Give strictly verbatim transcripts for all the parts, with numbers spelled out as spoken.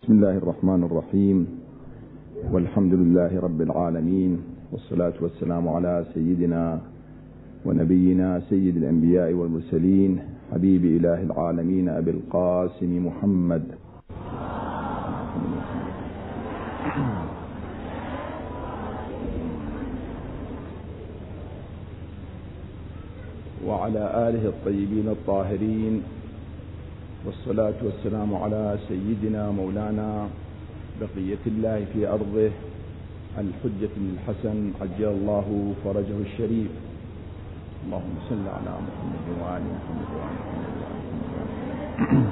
بسم الله الرحمن الرحيم، والحمد لله رب العالمين، والصلاة والسلام على سيدنا ونبينا سيد الأنبياء والمرسلين حبيب إله العالمين أبي القاسم محمد وعلى آله الطيبين الطاهرين، والصلاة والسلام على سيدنا مولانا بقية الله في أرضه الحجة الحسن عجل الله فرجه الشريف. اللهم صل على محمد وآل محمد وآل محمد.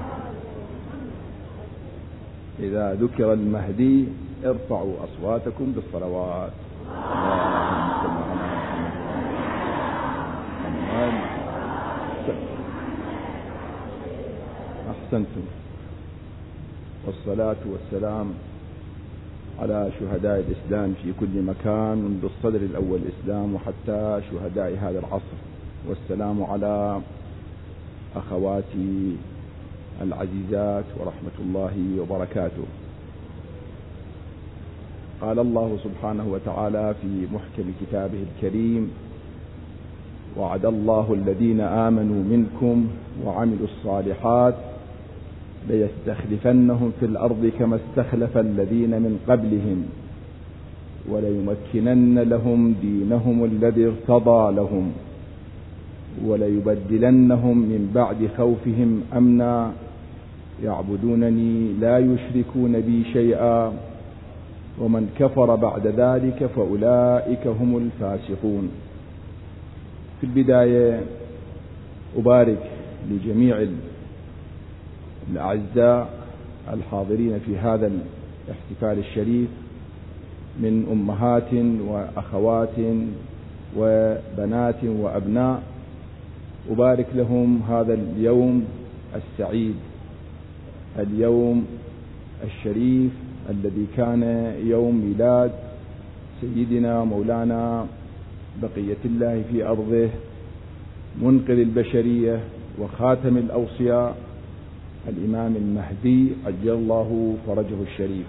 إذا ذكر المهدي ارفعوا أصواتكم بالصلوات. اللهم صل على محمد. أحسنتم. والصلاة والسلام على شهداء الإسلام في كل مكان منذ الصدر الأول الإسلام وحتى شهداء هذا العصر، والسلام على أخواتي العزيزات ورحمة الله وبركاته. قال الله سبحانه وتعالى في محكم كتابه الكريم: وعد الله الذين آمنوا منكم وعملوا الصالحات ليستخلفنهم في الأرض كما استخلف الذين من قبلهم وليمكنن لهم دينهم الذي ارتضى لهم وليبدلنهم من بعد خوفهم أمنا يعبدونني لا يشركون بي شيئا ومن كفر بعد ذلك فأولئك هم الفاسقون. في البداية أبارك لجميع الأعزاء الحاضرين في هذا الاحتفال الشريف من أمهات وأخوات وبنات وأبناء، أبارك لهم هذا اليوم السعيد، اليوم الشريف الذي كان يوم ميلاد سيدنا مولانا بقية الله في أرضه منقذ البشرية وخاتم الأوصياء الإمام المهدي عجل الله فرجه الشريف.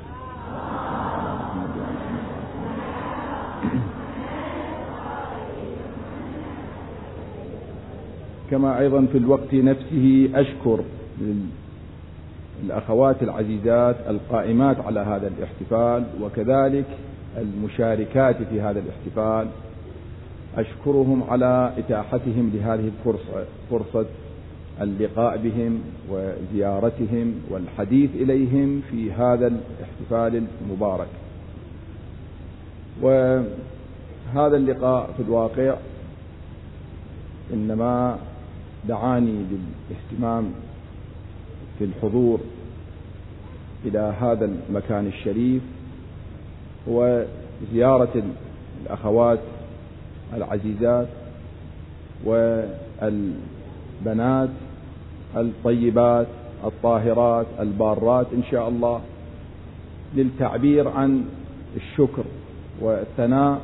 كما أيضا في الوقت نفسه أشكر الأخوات العزيزات القائمات على هذا الاحتفال وكذلك المشاركات في هذا الاحتفال، أشكرهم على إتاحتهم لهذه الفرصة، فرصة اللقاء بهم وزيارتهم والحديث إليهم في هذا الاحتفال المبارك. وهذا اللقاء في الواقع إنما دعاني للاهتمام في الحضور إلى هذا المكان الشريف وزيارة الأخوات العزيزات والبنات الطيبات الطاهرات البارات إن شاء الله، للتعبير عن الشكر والثناء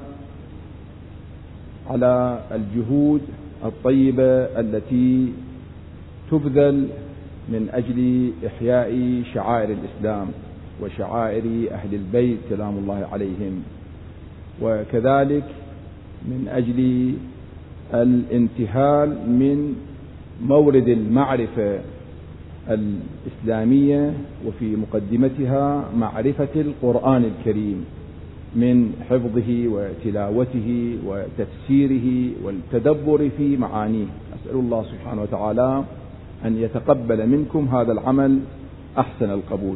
على الجهود الطيبة التي تبذل من أجل إحياء شعائر الإسلام وشعائر أهل البيت سلام الله عليهم، وكذلك من أجل الانتهال من مورد المعرفة الإسلامية وفي مقدمتها معرفة القرآن الكريم من حفظه وتلاوته وتفسيره والتدبر في معانيه. أسأل الله سبحانه وتعالى أن يتقبل منكم هذا العمل أحسن القبول.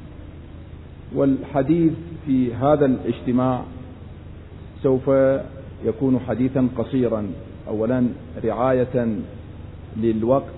والحديث في هذا الاجتماع سوف يكون حديثا قصيرا، أولا رعاية للوقت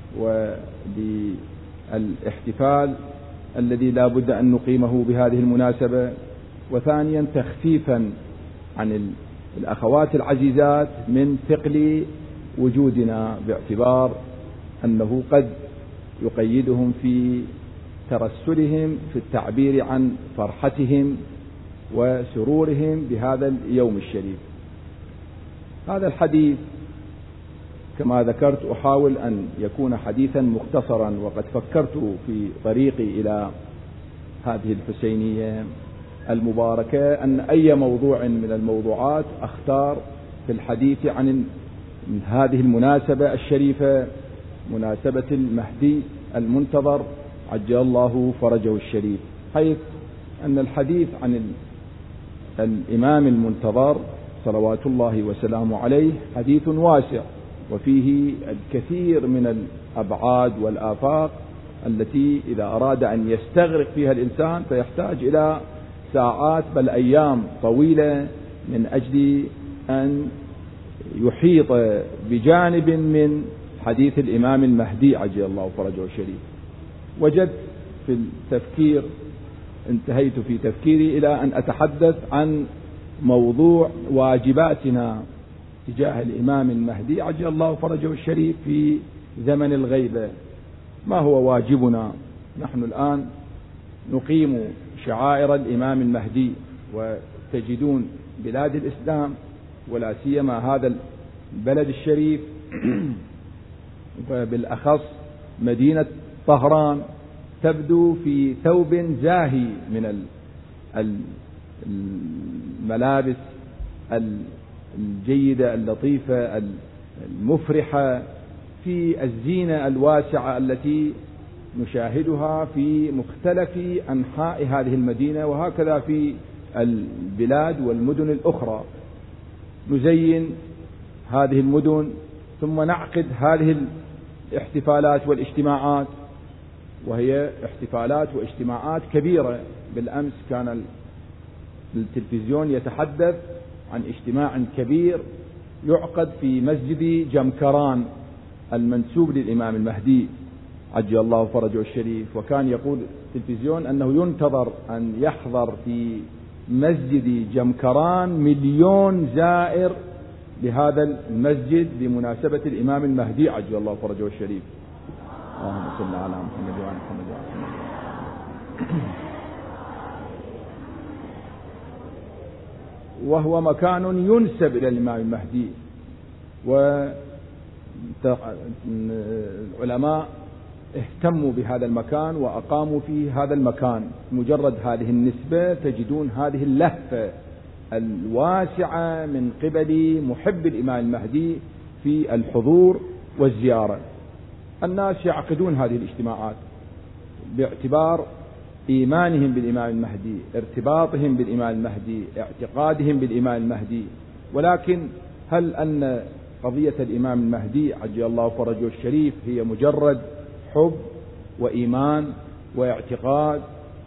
وللاحتفال الذي لا بد أن نقيمه بهذه المناسبة، وثانيا تخفيفا عن الأخوات العزيزات من ثقل وجودنا، باعتبار أنه قد يقيدهم في ترسلهم في التعبير عن فرحتهم وسرورهم بهذا اليوم الشريف. هذا الحديث كما ذكرت أحاول أن يكون حديثا مختصرا، وقد فكرت في طريقي إلى هذه الحسينية المباركة أن أي موضوع من الموضوعات أختار في الحديث عن هذه المناسبة الشريفة، مناسبة المهدي المنتظر عجل الله فرجه الشريف، حيث أن الحديث عن الإمام المنتظر صلوات الله وسلامه عليه حديث واسع، وفيه الكثير من الأبعاد والآفاق التي إذا أراد أن يستغرق فيها الإنسان فيحتاج إلى ساعات بل أيام طويلة من أجل أن يحيط بجانب من حديث الإمام المهدي عجل الله فرجه الشريف. وجدت في التفكير، انتهيت في تفكيري إلى أن أتحدث عن موضوع واجباتنا تجاه الإمام المهدي عجل الله فرجه الشريف في زمن الغيبة. ما هو واجبنا؟ نحن الآن نقيم شعائر الإمام المهدي، وتجدون بلاد الإسلام ولا سيما هذا البلد الشريف وبالأخص مدينة طهران تبدو في ثوب زاهي من الملابس الجيدة اللطيفة المفرحة، في الزينة الواسعة التي نشاهدها في مختلف أنحاء هذه المدينة، وهكذا في البلاد والمدن الأخرى. نزين هذه المدن ثم نعقد هذه الاحتفالات والاجتماعات، وهي احتفالات واجتماعات كبيرة. بالأمس كان التلفزيون يتحدث عن اجتماع كبير يعقد في مسجد جمكران المنسوب للإمام المهدي عجل الله فرجه الشريف، وكان يقول التلفزيون أنه ينتظر أن يحضر في مسجد جمكران مليون زائر لهذا المسجد بمناسبة الإمام المهدي عجل الله فرجه الشريف. اللهم صل على محمد وعلى محمد وعلى محمد. وهو مكان ينسب إلى الإمام المهدي، والعلماء اهتموا بهذا المكان وأقاموا فيه هذا المكان. مجرد هذه النسبة تجدون هذه اللهفة الواسعة من قبل محب الإمام المهدي في الحضور والزيارة. الناس يعقدون هذه الاجتماعات باعتبار إيمانهم بالإمام المهدي، ارتباطهم بالإمام المهدي، اعتقادهم بالإمام المهدي. ولكن هل أن قضية الإمام المهدي عجل الله فرجه الشريف هي مجرد حب وإيمان واعتقاد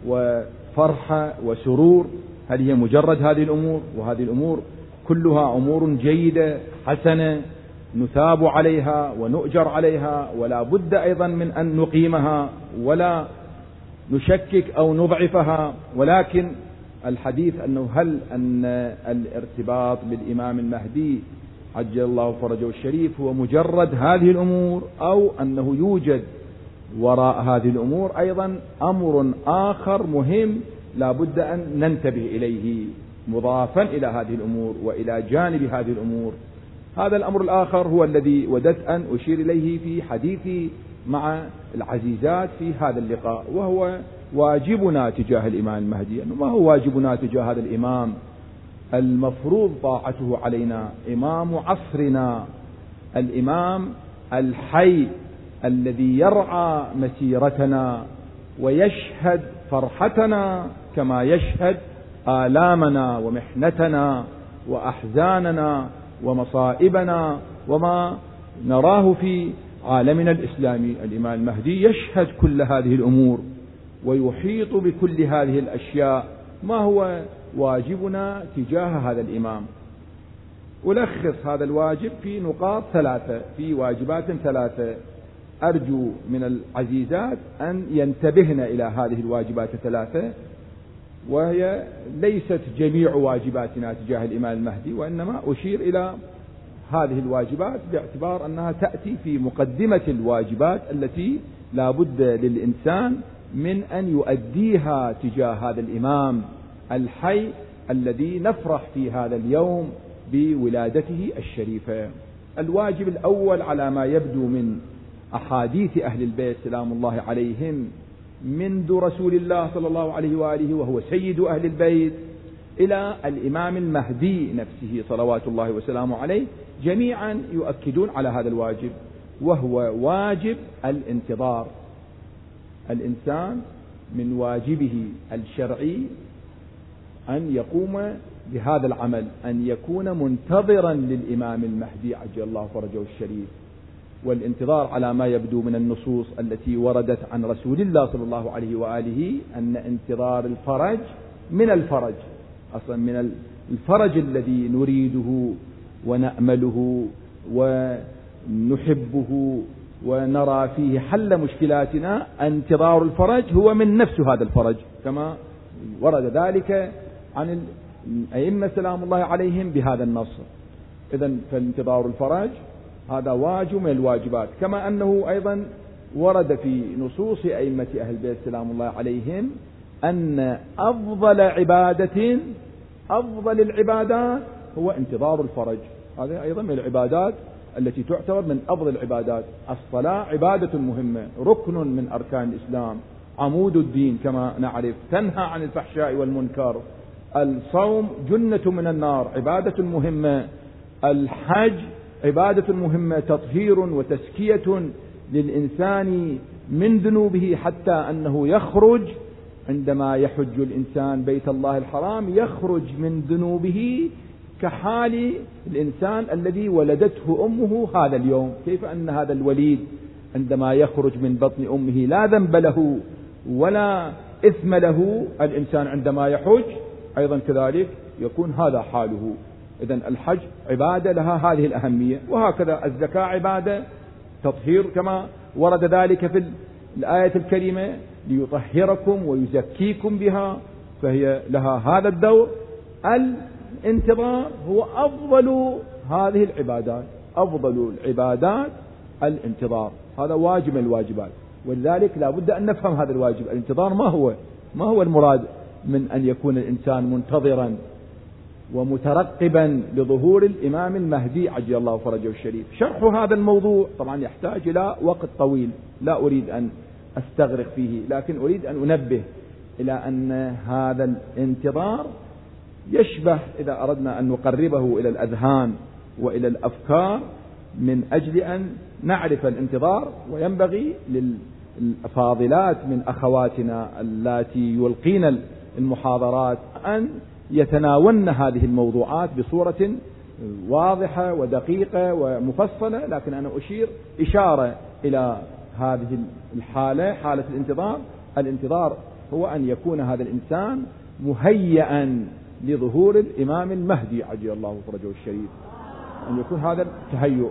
وفرحة وسرور؟ هل هي مجرد هذه الأمور؟ وهذه الأمور كلها أمور جيدة حسنة نثاب عليها ونؤجر عليها، ولا بد أيضا من أن نقيمها ولا نشكك أو نضعفها. ولكن الحديث أنه هل أن الارتباط بالإمام المهدي عجل الله فرجه الشريف هو مجرد هذه الأمور، أو أنه يوجد وراء هذه الأمور أيضا أمر آخر مهم لا بد أن ننتبه إليه مضافا إلى هذه الأمور وإلى جانب هذه الأمور. هذا الأمر الآخر هو الذي وددت أن أشير إليه في حديثي مع العزيزات في هذا اللقاء، وهو واجبنا تجاه الإمام المهدي. أنه ما هو واجبنا تجاه هذا الإمام المفروض طاعته علينا، إمام عصرنا، الإمام الحي الذي يرعى مسيرتنا ويشهد فرحتنا كما يشهد آلامنا ومحنتنا وأحزاننا ومصائبنا وما نراه في عالمنا الإسلامي. الإمام المهدي يشهد كل هذه الأمور ويحيط بكل هذه الأشياء. ما هو واجبنا تجاه هذا الإمام؟ ألخص هذا الواجب في نقاط ثلاثة، في واجبات ثلاثة. أرجو من العزيزات أن ينتبهن إلى هذه الواجبات الثلاثة، وهي ليست جميع واجباتنا تجاه الإمام المهدي، وإنما أشير إلى هذه الواجبات باعتبار أنها تأتي في مقدمة الواجبات التي لا بد للإنسان من أن يؤديها تجاه هذا الإمام الحي الذي نفرح في هذا اليوم بولادته الشريفة. الواجب الأول على ما يبدو من أحاديث أهل البيت سلام الله عليهم منذ رسول الله صلى الله عليه وآله وهو سيد أهل البيت إلى الإمام المهدي نفسه صلوات الله وسلامه عليه، جميعا يؤكدون على هذا الواجب، وهو واجب الانتظار. الإنسان من واجبه الشرعي أن يقوم بهذا العمل، أن يكون منتظرا للإمام المهدي عجل الله فرجه الشريف. والانتظار على ما يبدو من النصوص التي وردت عن رسول الله صلى الله عليه وآله أن انتظار الفرج من الفرج، أصلا من الفرج الذي نريده ونأمله ونحبه ونرى فيه حل مشكلاتنا. انتظار الفرج هو من نفس هذا الفرج، كما ورد ذلك عن الأئمة سلام الله عليهم بهذا النص. إذن فانتظار الفرج هذا واجب من الواجبات، كما أنه أيضا ورد في نصوص أئمة أهل البيت سلام الله عليهم أن أفضل عبادة أفضل العبادات هو انتظار الفرج. هذا أيضا من العبادات التي تعتبر من أفضل العبادات. الصلاة عبادة مهمة، ركن من أركان الإسلام، عمود الدين كما نعرف، تنهى عن الفحشاء والمنكر. الصوم جنة من النار، عبادة مهمة. الحج عبادة مهمة، تطهير وتزكية للإنسان من ذنوبه، حتى أنه يخرج عندما يحج الإنسان بيت الله الحرام يخرج من ذنوبه كحال الإنسان الذي ولدته أمه هذا اليوم. كيف أن هذا الوليد عندما يخرج من بطن أمه لا ذنب له ولا إثم له، الإنسان عندما يحج أيضا كذلك يكون هذا حاله. إذن الحج عبادة لها هذه الأهمية، وهكذا الزكاة عبادة تطهير كما ورد ذلك في الآية الكريمة، ليطهركم ويزكيكم بها، فهي لها هذا الدور. الانتظار هو أفضل هذه العبادات، أفضل العبادات الانتظار، هذا واجب من الواجبات. ولذلك لا بد أن نفهم هذا الواجب. الانتظار ما هو ما هو المراد من أن يكون الإنسان منتظرا ومترقبا لظهور الإمام المهدي عجل الله فرجه الشريف؟ شرح هذا الموضوع طبعا يحتاج إلى وقت طويل، لا أريد أن أستغرق فيه، لكن أريد أن أنبه إلى أن هذا الانتظار يشبه، إذا أردنا أن نقربه إلى الأذهان وإلى الأفكار من أجل أن نعرف الانتظار، وينبغي للفاضلات من أخواتنا اللاتي يلقين المحاضرات أن يتناولن هذه الموضوعات بصورة واضحة ودقيقة ومفصلة. لكن أنا أشير إشارة إلى هذه الحالة، حالة الانتظار. الانتظار هو أن يكون هذا الإنسان مهيئا لظهور الإمام المهدي عجل الله فرجه الشريف، أن يكون هذا التهيؤ.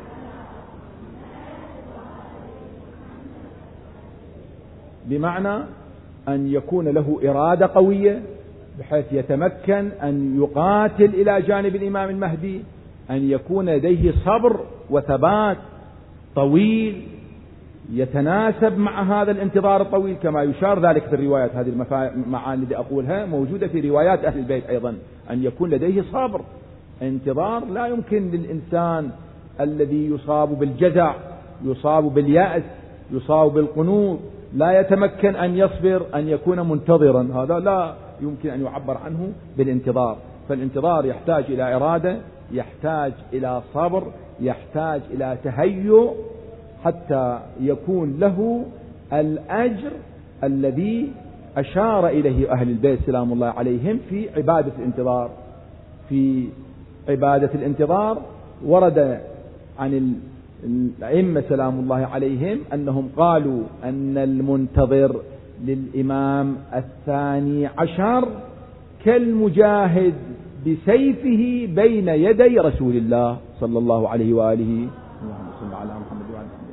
بمعنى أن يكون له إرادة قوية بحيث يتمكن أن يقاتل إلى جانب الإمام المهدي، أن يكون لديه صبر وثبات طويل يتناسب مع هذا الانتظار الطويل، كما يشار ذلك في الروايات. هذه المعاني التي أقولها موجودة في روايات أهل البيت أيضا، أن يكون لديه صبر. انتظار لا يمكن للإنسان الذي يصاب بالجزع، يصاب باليأس، يصاب بالقنوط، لا يتمكن أن يصبر أن يكون منتظرا، هذا لا يمكن أن يعبر عنه بالانتظار. فالانتظار يحتاج إلى إرادة، يحتاج إلى صبر، يحتاج إلى تهيؤ، حتى يكون له الأجر الذي أشار إليه أهل البيت سلام الله عليهم في عبادة الانتظار. في عبادة الانتظار ورد عن الأئمة سلام الله عليهم أنهم قالوا أن المنتظر للإمام الثاني عشر كالمجاهد بسيفه بين يدي رسول الله صلى الله عليه وآله. اللهم صل على محمد وعلى آله.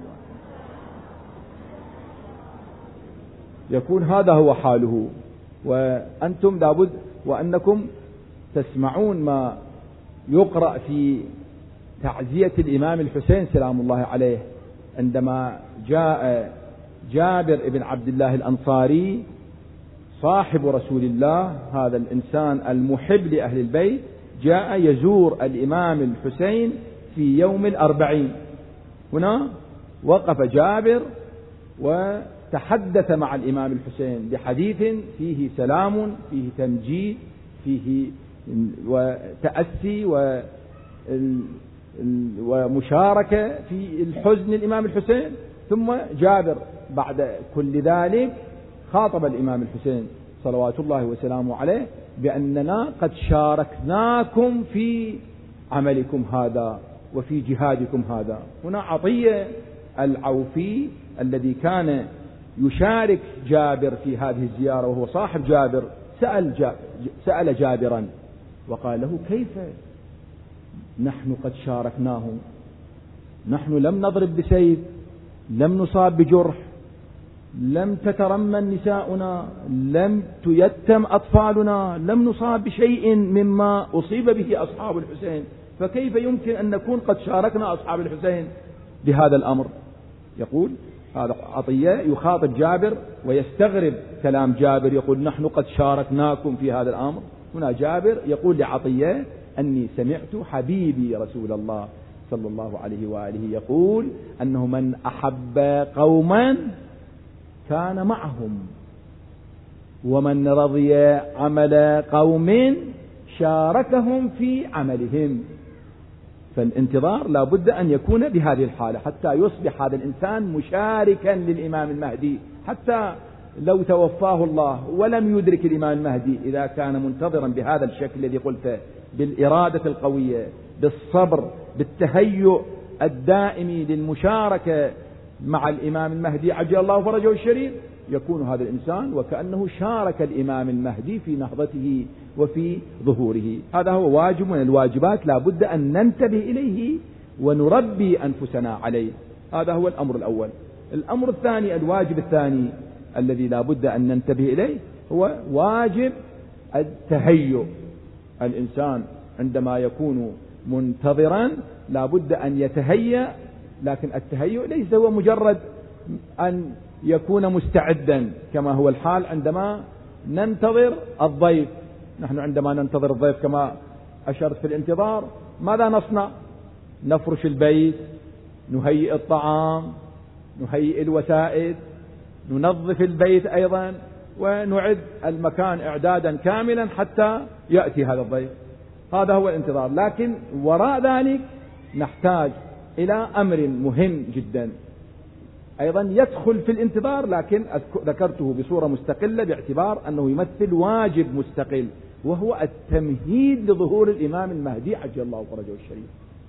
يكون هذا هو حاله. وأنتم لابد وأنكم تسمعون ما يقرأ في تعزية الإمام الحسين سلام الله عليه، عندما جاء جابر بن عبد الله الأنصاري صاحب رسول الله، هذا الإنسان المحب لأهل البيت، جاء يزور الإمام الحسين في يوم الأربعين. هنا وقف جابر تحدث مع الإمام الحسين بحديث فيه سلام، فيه تمجيد، فيه وتأسي ومشاركة في الحزن الإمام الحسين. ثم جابر بعد كل ذلك خاطب الإمام الحسين صلوات الله وسلامه عليه بأننا قد شاركناكم في عملكم هذا وفي جهادكم هذا. هنا عطية العوفي الذي كان يشارك جابر في هذه الزيارة وهو صاحب جابر سأل, جابر سأل جابرا وقال له: كيف نحن قد شاركناهم؟ نحن لم نضرب بسيف، لم نصاب بجرح، لم تترمن نساؤنا، لم تيتم أطفالنا، لم نصاب بشيء مما أصيب به أصحاب الحسين، فكيف يمكن أن نكون قد شاركنا أصحاب الحسين بهذا الأمر؟ يقول هذا عطية يخاطب جابر ويستغرب كلام جابر، يقول: نحن قد شاركناكم في هذا الأمر. هنا جابر يقول لعطية: أني سمعت حبيبي رسول الله صلى الله عليه وآله يقول أنه من أحب قوما كان معهم، ومن رضي عمل قوم شاركهم في عملهم. فالانتظار لا بد أن يكون بهذه الحالة حتى يصبح هذا الإنسان مشاركا للإمام المهدي، حتى لو توفاه الله ولم يدرك الإمام المهدي، إذا كان منتظرا بهذا الشكل الذي قلته، بالإرادة القوية، بالصبر، بالتهيؤ الدائم للمشاركة مع الإمام المهدي عجل الله فرجه الشريف، يكون هذا الإنسان وكأنه شارك الإمام المهدي في نهضته وفي ظهوره. هذا هو واجب من الواجبات لا بد أن ننتبه إليه ونربي أنفسنا عليه. هذا هو الأمر الأول. الأمر الثاني، الواجب الثاني الذي لا بد أن ننتبه إليه هو واجب التهيؤ. الإنسان عندما يكون منتظرا لا بد أن يتهيأ، لكن التهيؤ ليس هو مجرد أن يكون مستعدا كما هو الحال عندما ننتظر الضيف. نحن عندما ننتظر الضيف كما أشرت في الانتظار ماذا نصنع؟ نفرش البيت، نهيئ الطعام، نهيئ الوسائد، ننظف البيت أيضا، ونعد المكان إعدادا كاملا حتى يأتي هذا الضيف. هذا هو الانتظار. لكن وراء ذلك نحتاج إلى أمر مهم جدا أيضا يدخل في الانتظار، لكن ذكرته بصورة مستقلة باعتبار أنه يمثل واجب مستقل، وهو التمهيد لظهور الإمام المهدي عجل الله فرجه الشريف.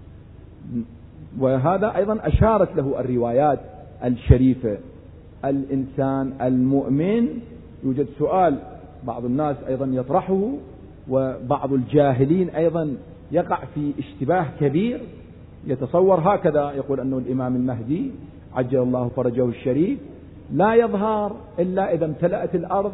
وهذا أيضا أشارت له الروايات الشريفة. الإنسان المؤمن، يوجد سؤال بعض الناس أيضا يطرحه وبعض الجاهلين أيضا يقع في اشتباه كبير، يتصور هكذا، يقول أنه الإمام المهدي عجل الله فرجه الشريف لا يظهر إلا إذا امتلأت الأرض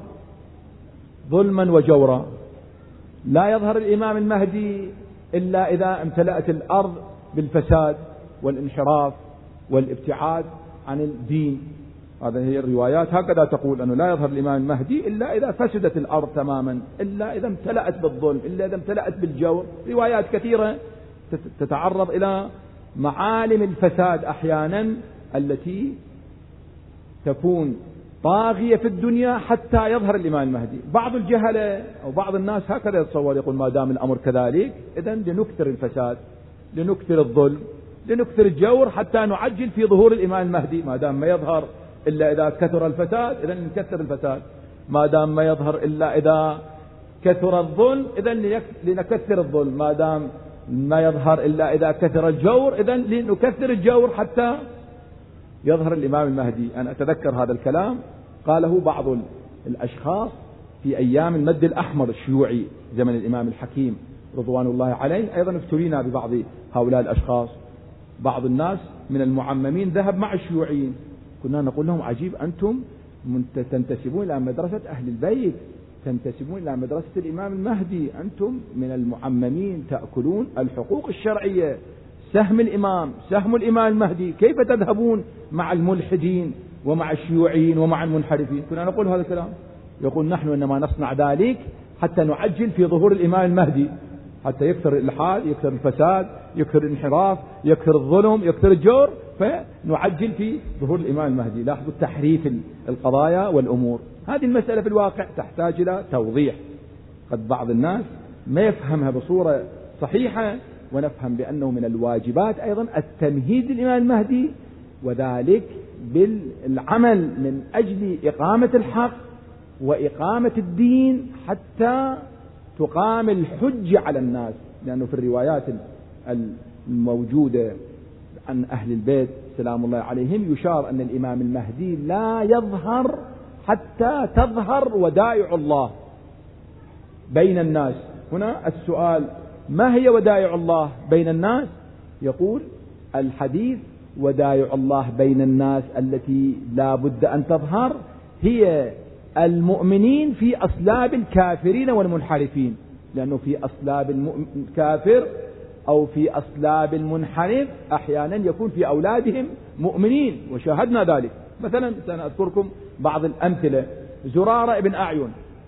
ظلما وجورا، لا يظهر الإمام المهدي إلا إذا امتلأت الأرض بالفساد والانحراف والابتعاد عن الدين. هذه هي الروايات هكذا تقول، أنه لا يظهر الإمام المهدي إلا إذا فسدت الأرض تماما، إلا إذا امتلأت بالظلم، إلا إذا امتلأت بالجور. روايات كثيرة تتعرض إلى معالم الفساد أحيانا التي تكون طاغية في الدنيا حتى يظهر الإمام المهدي. بعض الجهلة أو بعض الناس هكذا يتصور، يقول ما دام الأمر كذلك إذن لنكثر الفساد، لنكثر الظلم، لنكثر الجور حتى نعجل في ظهور الإمام المهدي. ما دام ما يظهر إلا إذا كثر الفساد إذن نكثر الفساد، ما دام ما يظهر إلا إذا كثر الظلم إذن لنكثر الظلم، ما دام ما يظهر إلا إذا كثر الجور إذن لنكثر الجور حتى يظهر الإمام المهدي. أنا أتذكر هذا الكلام قاله بعض الأشخاص في أيام المد الأحمر الشيوعي زمن الإمام الحكيم رضوان الله عليه. أيضا افترينا ببعض هؤلاء الأشخاص. بعض الناس من المعممين ذهب مع الشيوعيين، كنا نقول لهم عجيب، أنتم تنتسبون إلى مدرسة أهل البيت، تنتسبون إلى مدرسة الإمام المهدي، أنتم من المعممين تأكلون الحقوق الشرعية، سهم الإمام، سهم الإمام المهدي، كيف تذهبون مع الملحدين ومع الشيوعيين ومع المنحرفين؟ كنا نقول هذا الكلام. يقول نحن إنما نصنع ذلك حتى نعجل في ظهور الإمام المهدي، حتى يكثر الإلحاد، يكثر الفساد، يكثر الانحراف، يكثر الظلم، يكثر الجور، فنعجل في ظهور الإمام المهدي. لاحظوا تحريف القضايا والأمور. هذه المسألة في الواقع تحتاج إلى توضيح. قد بعض الناس ما يفهمها بصورة صحيحة، ونفهم بأنه من الواجبات أيضا التمهيد للإمام المهدي، وذلك بالعمل من أجل إقامة الحق وإقامة الدين حتى تقام الحجة على الناس. لأنه في الروايات الموجودة عن أهل البيت سلام الله عليهم يشار أن الإمام المهدي لا يظهر حتى تظهر ودائع الله بين الناس. هنا السؤال: ما هي ودائع الله بين الناس؟ يقول الحديث: ودائع الله بين الناس التي لا بد أن تظهر هي المؤمنين في أصلاب الكافرين والمنحرفين. لأنه في أصلاب الكافر أو في أصلاب المنحرف أحيانا يكون في أولادهم مؤمنين، وشاهدنا ذلك. مثلا سنذكركم بعض الأمثلة: زرارة بن أعين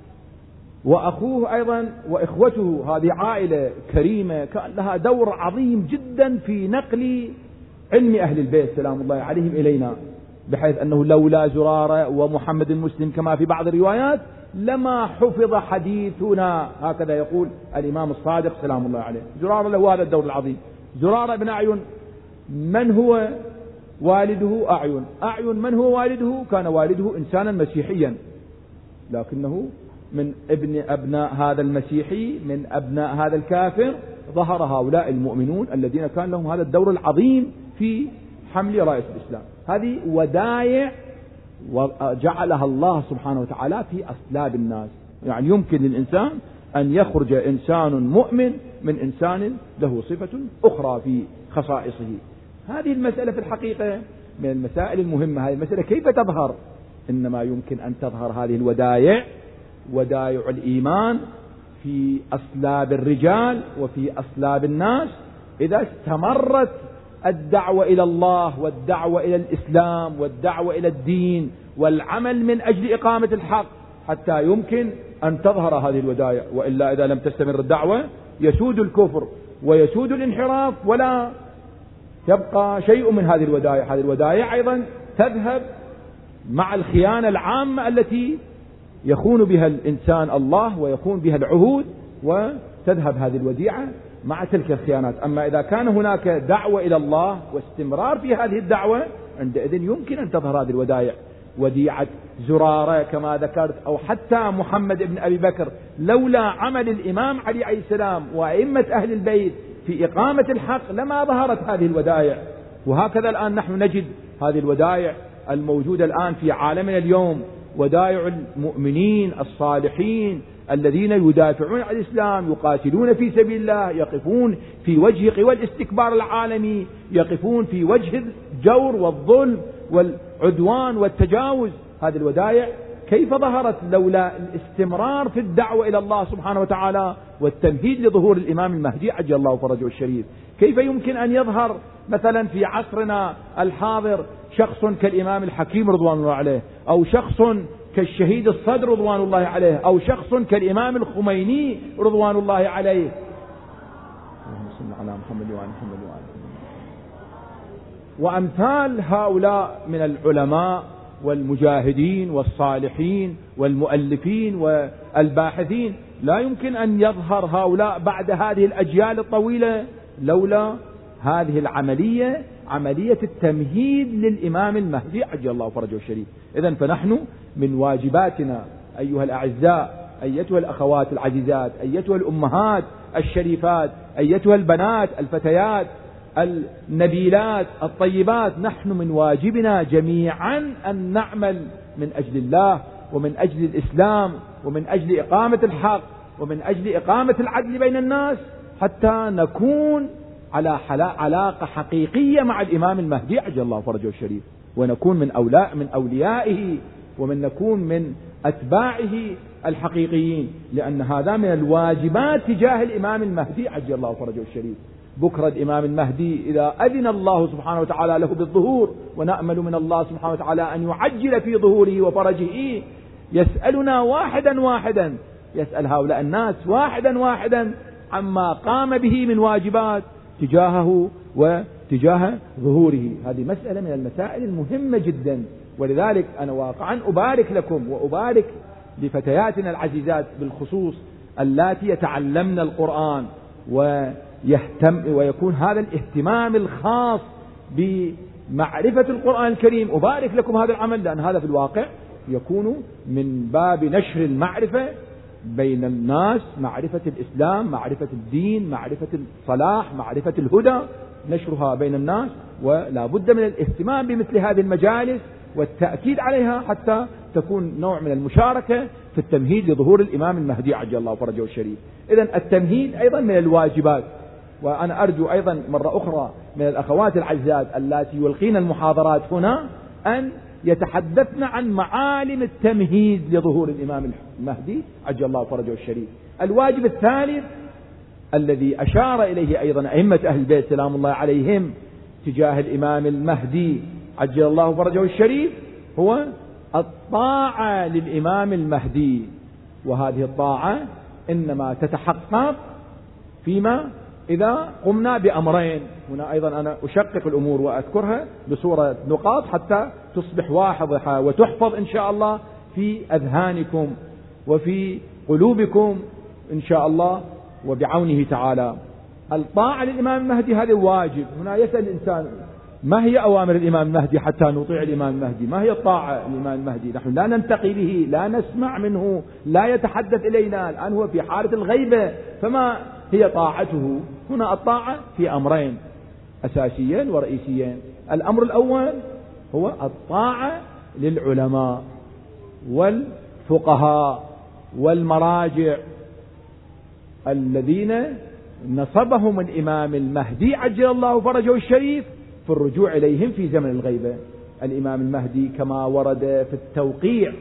وأخوه أيضا وإخوته، هذه عائلة كريمة كان لها دور عظيم جدا في نقل علم أهل البيت سلام الله عليهم إلينا، بحيث أنه لولا زرارة ومحمد المسلم كما في بعض الروايات لما حفظ حديثنا، هكذا يقول الإمام الصادق سلام الله عليه. زرارة له هذا الدور العظيم. زرارة بن أعين من هو والده؟ أعين. أعين من هو والده؟ كان والده إنسانا مسيحيا، لكنه من ابن أبناء هذا المسيحي، من أبناء هذا الكافر، ظهر هؤلاء المؤمنون الذين كان لهم هذا الدور العظيم في حمل راية الإسلام. هذه ودائع وجعلها الله سبحانه وتعالى في أصلاب الناس. يعني يمكن للإنسان أن يخرج إنسان مؤمن من إنسان له صفة أخرى في خصائصه. هذه المسألة في الحقيقة من المسائل المهمة. هذه المسألة كيف تظهر؟ إنما يمكن أن تظهر هذه الودائع، ودائع الإيمان، في أصلاب الرجال وفي أصلاب الناس إذا استمرت الدعوة إلى الله والدعوة إلى الإسلام والدعوة إلى الدين والعمل من أجل إقامة الحق، حتى يمكن أن تظهر هذه الودائع. وإلا إذا لم تستمر الدعوة يسود الكفر ويسود الانحراف ولا يبقى شيء من هذه الودائع. هذه الودائع أيضا تذهب مع الخيانة العامة التي يخون بها الإنسان الله ويخون بها العهود، وتذهب هذه الوديعة مع تلك الخيانات. أما إذا كان هناك دعوة إلى الله واستمرار في هذه الدعوة، عندئذ يمكن أن تظهر هذه الودائع. وديعة زرارة كما ذكرت، أو حتى محمد بن أبي بكر، لولا عمل الإمام علي عليه السلام وأئمة أهل البيت في إقامة الحق لما ظهرت هذه الودائع. وهكذا الآن نحن نجد هذه الودائع الموجودة الآن في عالمنا اليوم، ودائع المؤمنين الصالحين الذين يدافعون عن الإسلام، يقاتلون في سبيل الله، يقفون في وجه قوى الاستكبار العالمي، يقفون في وجه الجور والظلم والعدوان والتجاوز. هذه الودائع كيف ظهرت لولا الاستمرار في الدعوة إلى الله سبحانه وتعالى والتمهيد لظهور الإمام المهدي عجل الله فرجه الشريف؟ كيف يمكن أن يظهر مثلا في عصرنا الحاضر شخص كالإمام الحكيم رضوان الله عليه، أو شخص كالشهيد الصدر رضوان الله عليه، أو شخص كالإمام الخميني رضوان الله عليه؟ اللهم صل على محمد وعلى محمد وعلى وأمثال هؤلاء من العلماء والمجاهدين والصالحين والمؤلفين والباحثين. لا يمكن أن يظهر هؤلاء بعد هذه الأجيال الطويلة لولا هذه العملية، عملية التمهيد للإمام المهدي عجل الله فرجه الشريف. إذن فنحن من واجباتنا أيها الأعزاء، أيتها الأخوات العزيزات، أيتها الأمهات الشريفات، أيتها البنات الفتيات النبيلات الطيبات، نحن من واجبنا جميعا أن نعمل من أجل الله ومن أجل الإسلام ومن أجل إقامة الحق ومن أجل إقامة العدل بين الناس، حتى نكون على علاقة حقيقية مع الإمام المهدي عجل الله فرجه الشريف، ونكون من أولاء من أوليائه، ومن نكون من أتباعه الحقيقيين، لأن هذا من الواجبات تجاه الإمام المهدي عجل الله فرجه الشريف. بكرة الإمام المهدي إذا أذن الله سبحانه وتعالى له بالظهور، ونأمل من الله سبحانه وتعالى أن يعجل في ظهوره وفرجه، يسألنا واحدا واحدا، يسأل هؤلاء الناس واحدا واحدا عما قام به من واجبات تجاهه تجاه ظهوره. هذه مسألة من المسائل المهمة جدا، ولذلك أنا واقعا أبارك لكم وأبارك لفتياتنا العزيزات بالخصوص اللاتي يتعلمن القرآن ويهتم ويكون هذا الاهتمام الخاص بمعرفة القرآن الكريم. أبارك لكم هذا العمل، لأن هذا في الواقع يكون من باب نشر المعرفة بين الناس، معرفة الإسلام، معرفة الدين، معرفة الصلاح، معرفة الهدى، نشرها بين الناس. ولا بد من الاهتمام بمثل هذه المجالس والتأكيد عليها حتى تكون نوع من المشاركة في التمهيد لظهور الإمام المهدي عجل الله فرجه الشريف. إذن التمهيد أيضا من الواجبات. وأنا أرجو أيضا مرة أخرى من الأخوات العزيزات اللاتي يلقين المحاضرات هنا أن يتحدثن عن معالم التمهيد لظهور الإمام المهدي عجل الله فرجه الشريف. الواجب الثالث الذي أشار إليه أيضا أئمة أهل البيت سلام الله عليهم تجاه الإمام المهدي عجل الله فرجه الشريف هو الطاعة للإمام المهدي. وهذه الطاعة إنما تتحقق فيما إذا قمنا بأمرين. هنا أيضا أنا أشقق الأمور وأذكرها بصورة نقاط حتى تصبح واضحة وتحفظ إن شاء الله في أذهانكم وفي قلوبكم إن شاء الله وبعونه تعالى. الطاعة للإمام المهدي هذا واجب. هنا يسأل الإنسان ما هي أوامر الإمام المهدي حتى نطيع الإمام المهدي؟ ما هي الطاعة للإمام المهدي؟ نحن لا ننتقي به، لا نسمع منه، لا يتحدث إلينا، الآن هو في حالة الغيبة، فما هي طاعته؟ هنا الطاعة في أمرين أساسيين ورئيسيين. الأمر الأول هو الطاعة للعلماء والفقهاء والمراجع الذين نصبهم الإمام المهدي عجل الله فرجه الشريف في الرجوع إليهم في زمن الغيبة. الإمام المهدي كما ورد في التوقيع،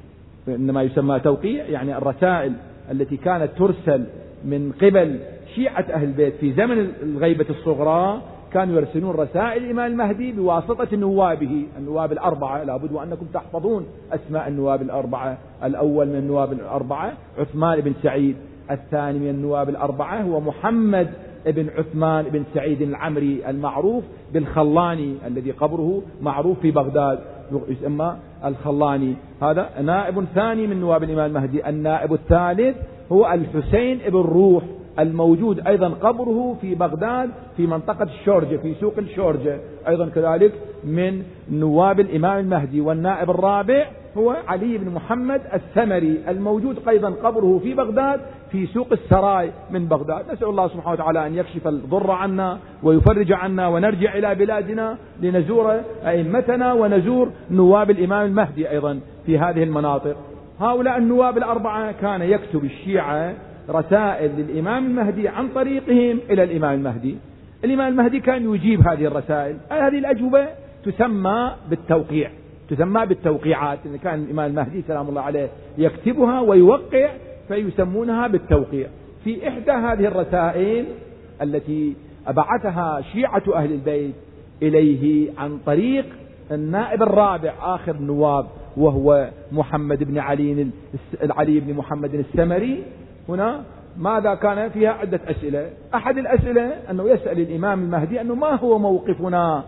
إنما يسمى توقيع يعني الرسائل التي كانت ترسل من قبل شيعة أهل البيت في زمن الغيبة الصغرى، كانوا يرسلون رسائل الإمام المهدي بواسطة نوابه، النواب الأربعة. لابد وأنكم تحفظون أسماء النواب الأربعة. الأول من النواب الأربعة عثمان بن سعيد، الثاني من النواب الأربعة هو محمد ابن عثمان بن سعيد العمري المعروف بالخلاني الذي قبره معروف في بغداد يسمى الخلاني. هذا نائب ثاني من نواب الإمام المهدي. النائب الثالث هو الحسين ابن روح الموجود أيضا قبره في بغداد في منطقة الشورجة في سوق الشورجة، أيضا كذلك من نواب الإمام المهدي. والنائب الرابع هو علي بن محمد الثمري الموجود أيضا قبره في بغداد في سوق السراي من بغداد. نسأل الله سبحانه وتعالى أن يكشف الضر عنا ويفرج عنا ونرجع إلى بلادنا لنزور أئمتنا ونزور نواب الإمام المهدي أيضا في هذه المناطق. هؤلاء النواب الأربعة كان يكتب الشيعة رسائل للإمام المهدي عن طريقهم إلى الإمام المهدي. الإمام المهدي كان يجيب هذه الرسائل. هذه الأجوبة تسمى بالتوقيع، تسمى بالتوقيعات. إن كان الإمام المهدي سلام الله عليه يكتبها ويوقع فيسمونها بالتوقيع. في إحدى هذه الرسائل التي أبعثها شيعة أهل البيت إليه عن طريق النائب الرابع آخر النواب وهو محمد بن علي العلي بن محمد الثمري، هنا ماذا كان فيها؟ عدة أسئلة. أحد الأسئلة أنه يسأل الإمام المهدي أنه ما هو موقفنا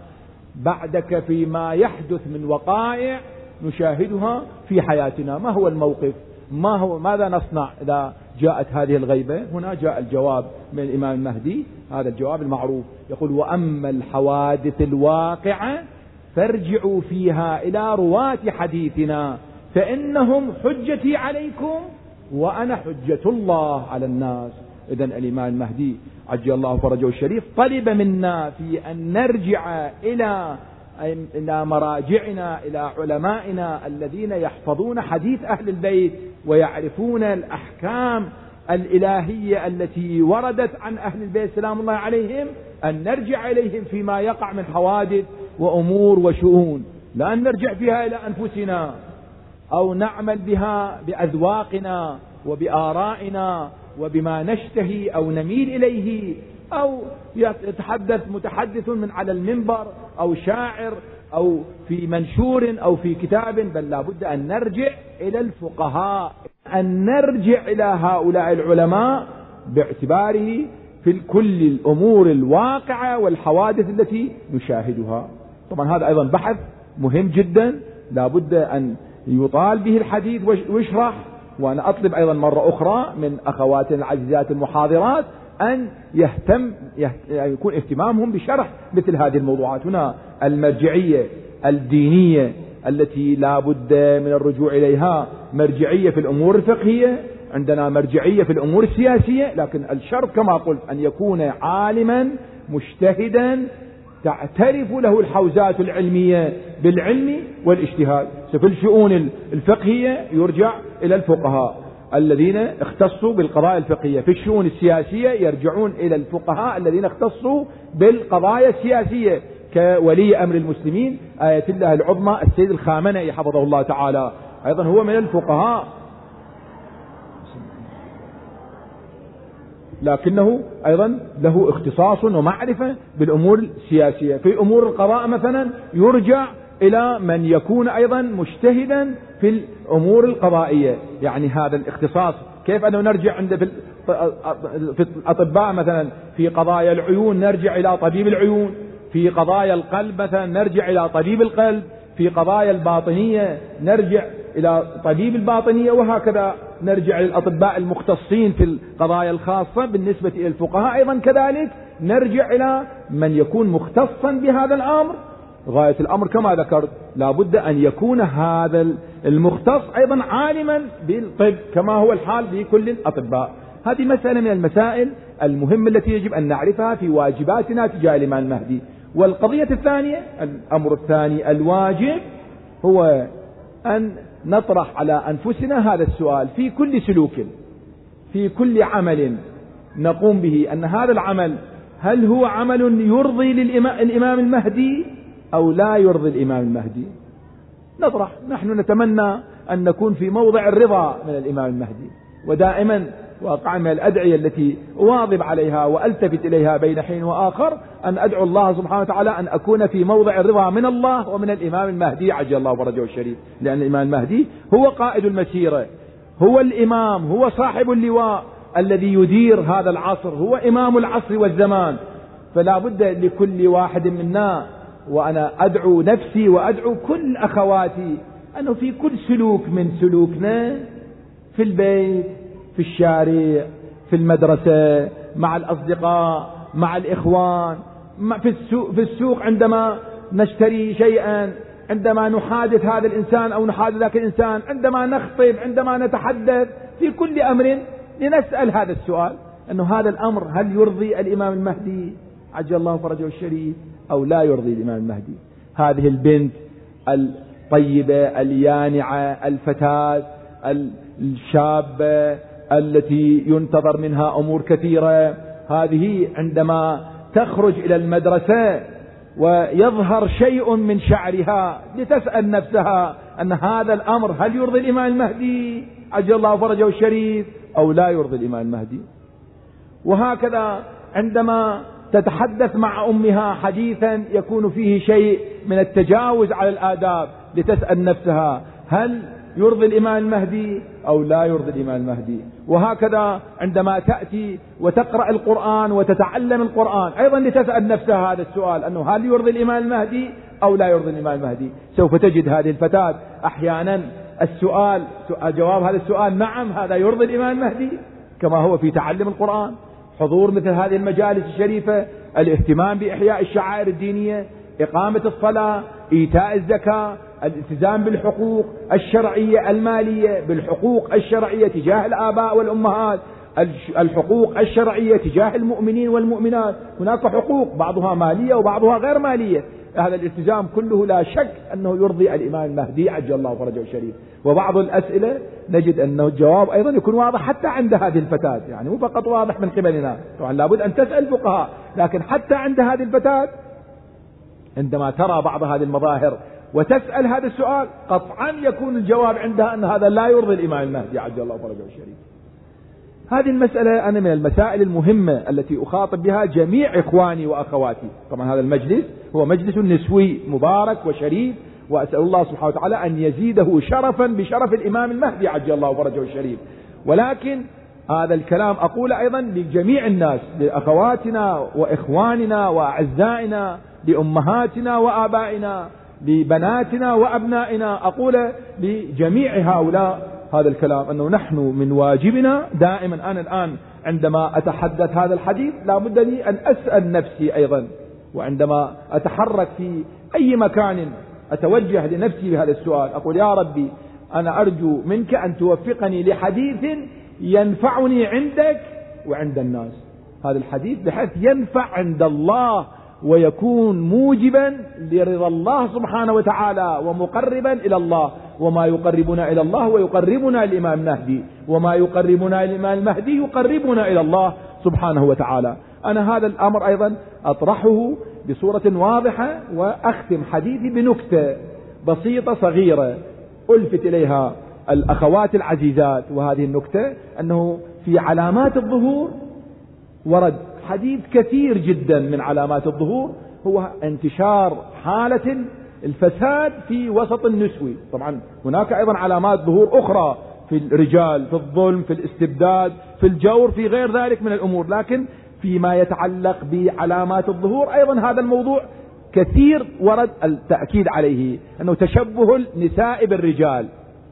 بعدك فيما يحدث من وقائع نشاهدها في حياتنا؟ ما هو الموقف؟ ما هو ماذا نصنع إذا جاءت هذه الغيبة؟ هنا جاء الجواب من الإمام المهدي، هذا الجواب المعروف، يقول: وأما الحوادث الواقعة فارجعوا فيها إلى رواة حديثنا فإنهم حجتي عليكم وأنا حجة الله على الناس. إذن الإمام المهدي عجل الله فرجه الشريف طلب منا في أن نرجع إلى إلى مراجعنا، إلى علمائنا الذين يحفظون حديث أهل البيت ويعرفون الأحكام الإلهية التي وردت عن أهل البيت سلام الله عليهم، أن نرجع إليهم فيما يقع من حوادث وأمور وشؤون، لا أن نرجع فيها إلى أنفسنا أو نعمل بها بأذواقنا وبآرائنا وبما نشتهي أو نميل إليه، أو يتحدث متحدث من على المنبر أو شاعر أو في منشور أو في كتاب، بل لا بد أن نرجع إلى الفقهاء، أن نرجع إلى هؤلاء العلماء باعتباره في كل الأمور الواقعة والحوادث التي نشاهدها. طبعا هذا أيضا بحث مهم جدا لا بد أن يطال به الحديث ويشرح. وأنا أطلب أيضا مرة أخرى من أخواتنا العزيزات المحاضرات أن يهتم يكون اهتمامهم بشرح مثل هذه الموضوعات. هنا المرجعية الدينية التي لا بد من الرجوع إليها، مرجعية في الأمور الفقهية، عندنا مرجعية في الأمور السياسية، لكن الشرط كما قلت أن يكون عالما مجتهدا تعترف له الحوزات العلمية بالعلم والاجتهاد. في الشؤون الفقهية يرجع إلى الفقهاء الذين اختصوا بالقضايا الفقهية، في الشؤون السياسية يرجعون إلى الفقهاء الذين اختصوا بالقضايا السياسية كولي أمر المسلمين آية الله العظمى السيد الخامنئي حفظه الله تعالى، أيضا هو من الفقهاء لكنه أيضا له اختصاص ومعرفة بالأمور السياسية. في أمور القضاء مثلا يرجع إلى من يكون أيضا مجتهدا في الأمور القضائية. يعني هذا الاختصاص كيف أنه نرجع عند في في الأطباء مثلا في قضايا العيون نرجع إلى طبيب العيون، في قضايا القلب مثلا نرجع إلى طبيب القلب، في قضايا الباطنية نرجع إلى طبيب الباطنية، وهكذا نرجع للأطباء المختصين في القضايا الخاصة. بالنسبة إلى الفقهاء أيضا كذلك نرجع إلى من يكون مختصا بهذا الأمر. غاية الأمر كما ذكرت لابد أن يكون هذا المختص أيضا عالما بالطب كما هو الحال بكل الأطباء. هذه مسألة من المسائل المهمة التي يجب أن نعرفها في واجباتنا تجاه الإمام المهدي. والقضية الثانية، الأمر الثاني الواجب، هو أن نطرح على أنفسنا هذا السؤال في كل سلوك، في كل عمل نقوم به، أن هذا العمل هل هو عمل يرضي للإمام المهدي أو لا يرضي الإمام المهدي. نطرح، نحن نتمنى أن نكون في موضع الرضا من الإمام المهدي، ودائما واقعا من الأدعية التي أواظب عليها وألتفت إليها بين حين وآخر أن أدعو الله سبحانه وتعالى أن أكون في موضع الرضا من الله ومن الإمام المهدي عجل الله فرجه الشريف، لأن الإمام المهدي هو قائد المسيرة، هو الإمام، هو صاحب اللواء الذي يدير هذا العصر، هو إمام العصر والزمان. فلا بد لكل واحد منا، وأنا أدعو نفسي وأدعو كل أخواتي، أنه في كل سلوك من سلوكنا في البيت، في الشارع، في المدرسة، مع الأصدقاء، مع الإخوان، في السوق, في السوق عندما نشتري شيئا، عندما نحادث هذا الإنسان أو نحادث ذاك الإنسان، عندما نخطب، عندما نتحدث، في كل أمر لنسأل هذا السؤال، أنه هذا الأمر هل يرضي الإمام المهدي عجل الله فرجه الشريف أو لا يرضي الإمام المهدي. هذه البنت الطيبة اليانعة الفتاة الشابة التي ينتظر منها أمور كثيرة، هذه عندما تخرج إلى المدرسة ويظهر شيء من شعرها لتسأل نفسها أن هذا الأمر هل يرضي الإمام المهدي عجل الله فرجه الشريف أو لا يرضي الإمام المهدي. وهكذا عندما تتحدث مع أمها حديثا يكون فيه شيء من التجاوز على الآداب لتسأل نفسها هل يرضي الإمام المهدي أو لا يرضي الإمام المهدي. وهكذا عندما تأتي وتقرأ القرآن وتتعلم القرآن أيضا لتسأل نفسها هذا السؤال، أنه هل يرضي الإمام المهدي أو لا يرضي الإمام المهدي. سوف تجد هذه الفتاة أحيانا السؤال جواب هذا السؤال نعم هذا يرضي الإمام المهدي، كما هو في تعلم القرآن، حضور مثل هذه المجالس الشريفة، الاهتمام بإحياء الشعائر الدينية، إقامة الصلاة، إيتاء الزكاة، الالتزام بالحقوق الشرعية المالية، بالحقوق الشرعية تجاه الآباء والأمهات، الحقوق الشرعية تجاه المؤمنين والمؤمنات. هناك حقوق بعضها مالية وبعضها غير مالية. هذا الالتزام كله لا شك أنه يرضي الإمام المهدي عجل الله فرجه الشريف. وبعض الأسئلة نجد أنه الجواب أيضا يكون واضح حتى عند هذه الفتاة، يعني مو فقط واضح من قبلنا، طبعا لابد أن تسأل فقهاء، لكن حتى عند هذه الفتاة عندما ترى بعض هذه المظاهر وتسأل هذا السؤال قطعا يكون الجواب عندها أن هذا لا يرضي الإمام المهدي عجل الله فرجه الشريف. هذه المسألة أنا من المسائل المهمة التي أخاطب بها جميع إخواني وأخواتي. طبعا هذا المجلس هو مجلس نسوي مبارك وشريف، وأسأل الله سبحانه وتعالى أن يزيده شرفا بشرف الإمام المهدي عجل الله فرجه الشريف. ولكن هذا الكلام أقول أيضا لجميع الناس، لأخواتنا وإخواننا وأعزائنا، لأمهاتنا وآبائنا، لبناتنا وأبنائنا، أقول لجميع هؤلاء هذا الكلام، أنه نحن من واجبنا دائما. أنا الآن عندما أتحدث هذا الحديث لا بد لي أن أسأل نفسي أيضا، وعندما أتحرك في أي مكان أتوجه لنفسي بهذا السؤال، أقول يا ربي أنا أرجو منك أن توفقني لحديث ينفعني عندك وعند الناس. هذا الحديث بحيث ينفع عند الله ويكون موجبا لرضا الله سبحانه وتعالى ومقربا إلى الله. وما يقربنا إلى الله ويقربنا الإمام المهدي، وما يقربنا الإمام المهدي يقربنا إلى الله سبحانه وتعالى. أنا هذا الأمر أيضا أطرحه بصورة واضحة، وأختم حديثي بنكتة بسيطة صغيرة ألفت إليها الأخوات العزيزات. وهذه النكتة أنه في علامات الظهور ورد حديث كثير جدا من علامات الظهور هو انتشار حالة الفساد في وسط النسوي. طبعا هناك أيضا علامات ظهور أخرى في الرجال، في الظلم، في الاستبداد، في الجور، في غير ذلك من الأمور، لكن فيما يتعلق بعلامات الظهور أيضا هذا الموضوع كثير ورد التأكيد عليه، أنه تشبه النساء بالرجال،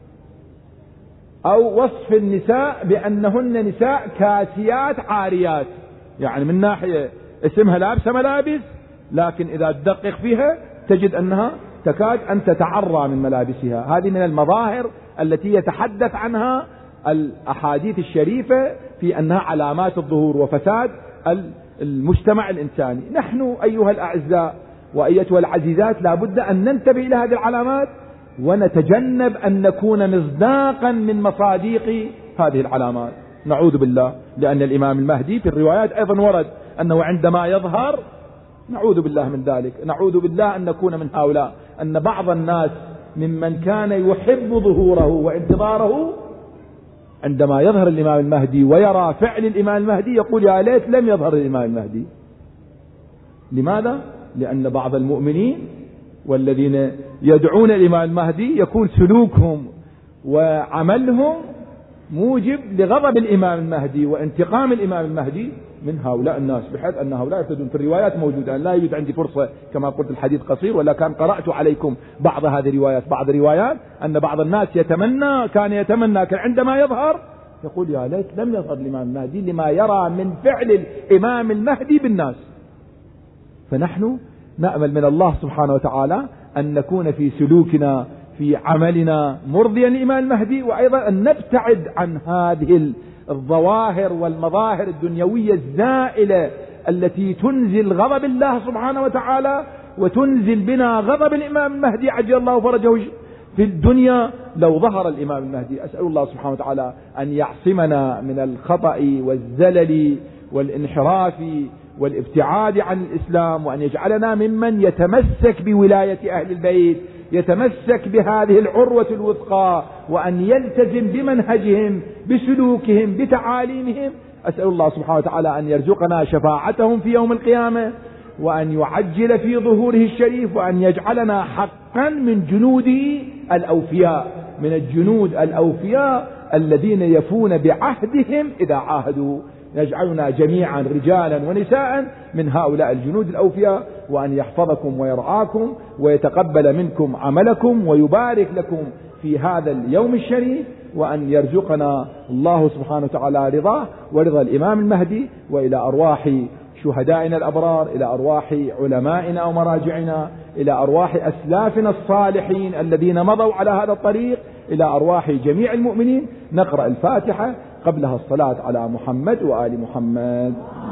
أو وصف النساء بأنهن نساء كاسيات عاريات، يعني من ناحية اسمها لابسة ملابس، لكن إذا تدقق فيها تجد أنها تكاد أن تتعرى من ملابسها. هذه من المظاهر التي يتحدث عنها الأحاديث الشريفة في أنها علامات الظهور وفساد المجتمع الإنساني. نحن أيها الأعزاء وأيتها العزيزات لابد أن ننتبه إلى هذه العلامات، ونتجنب أن نكون مصداقا من مصاديق هذه العلامات. نعوذ بالله، لأن الإمام المهدي في الروايات أيضا ورد أنه عندما يظهر، نعوذ بالله من ذلك، نعوذ بالله أن نكون من هؤلاء، أن بعض الناس ممن كان يحب ظهوره وانتظاره عندما يظهر الإمام المهدي ويرى فعل الإمام المهدي يقول يا ليت لم يظهر الإمام المهدي. لماذا؟ لأن بعض المؤمنين والذين يدعون الإمام المهدي يكون سلوكهم وعملهم موجب لغضب الإمام المهدي وانتقام الإمام المهدي من هؤلاء الناس، بحيث أن هؤلاء يفتدون. في الروايات موجودة، لا يوجد عندي فرصة كما قلت الحديث قصير، ولا كان قرأت عليكم بعض هذه الروايات. بعض الروايات أن بعض الناس يتمنى كان يتمنى كان عندما يظهر يقول يا ليت لم يظهر الإمام المهدي لما يرى من فعل الإمام المهدي بالناس. فنحن نأمل من الله سبحانه وتعالى أن نكون في سلوكنا في عملنا مرضيا للإمام المهدي، وأيضا أن نبتعد عن هذه الظواهر والمظاهر الدنيوية الزائلة التي تنزل غضب الله سبحانه وتعالى وتنزل بنا غضب الإمام المهدي عجل الله فرجه في الدنيا لو ظهر الإمام المهدي. أسأل الله سبحانه وتعالى أن يعصمنا من الخطأ والزلل والانحراف والابتعاد عن الإسلام، وأن يجعلنا ممن يتمسك بولاية أهل البيت، يتمسك بهذه العروة الوثقى، وأن يلتزم بمنهجهم بسلوكهم بتعاليمهم. أسأل الله سبحانه وتعالى أن يرزقنا شفاعتهم في يوم القيامة، وأن يعجل في ظهوره الشريف، وأن يجعلنا حقا من جنوده الأوفياء، من الجنود الأوفياء الذين يفون بعهدهم إذا عاهدوا. يجعلنا جميعا رجالا ونساء من هؤلاء الجنود الأوفياء، وأن يحفظكم ويرعاكم ويتقبل منكم عملكم ويبارك لكم في هذا اليوم الشريف، وأن يرزقنا الله سبحانه وتعالى رضاه ورضا الإمام المهدي، وإلى أرواح شهدائنا الأبرار، إلى أرواح علمائنا ومراجعنا، إلى أرواح أسلافنا الصالحين الذين مضوا على هذا الطريق، إلى أرواح جميع المؤمنين. نقرأ الفاتحة قبلها الصلاة على محمد وآل محمد.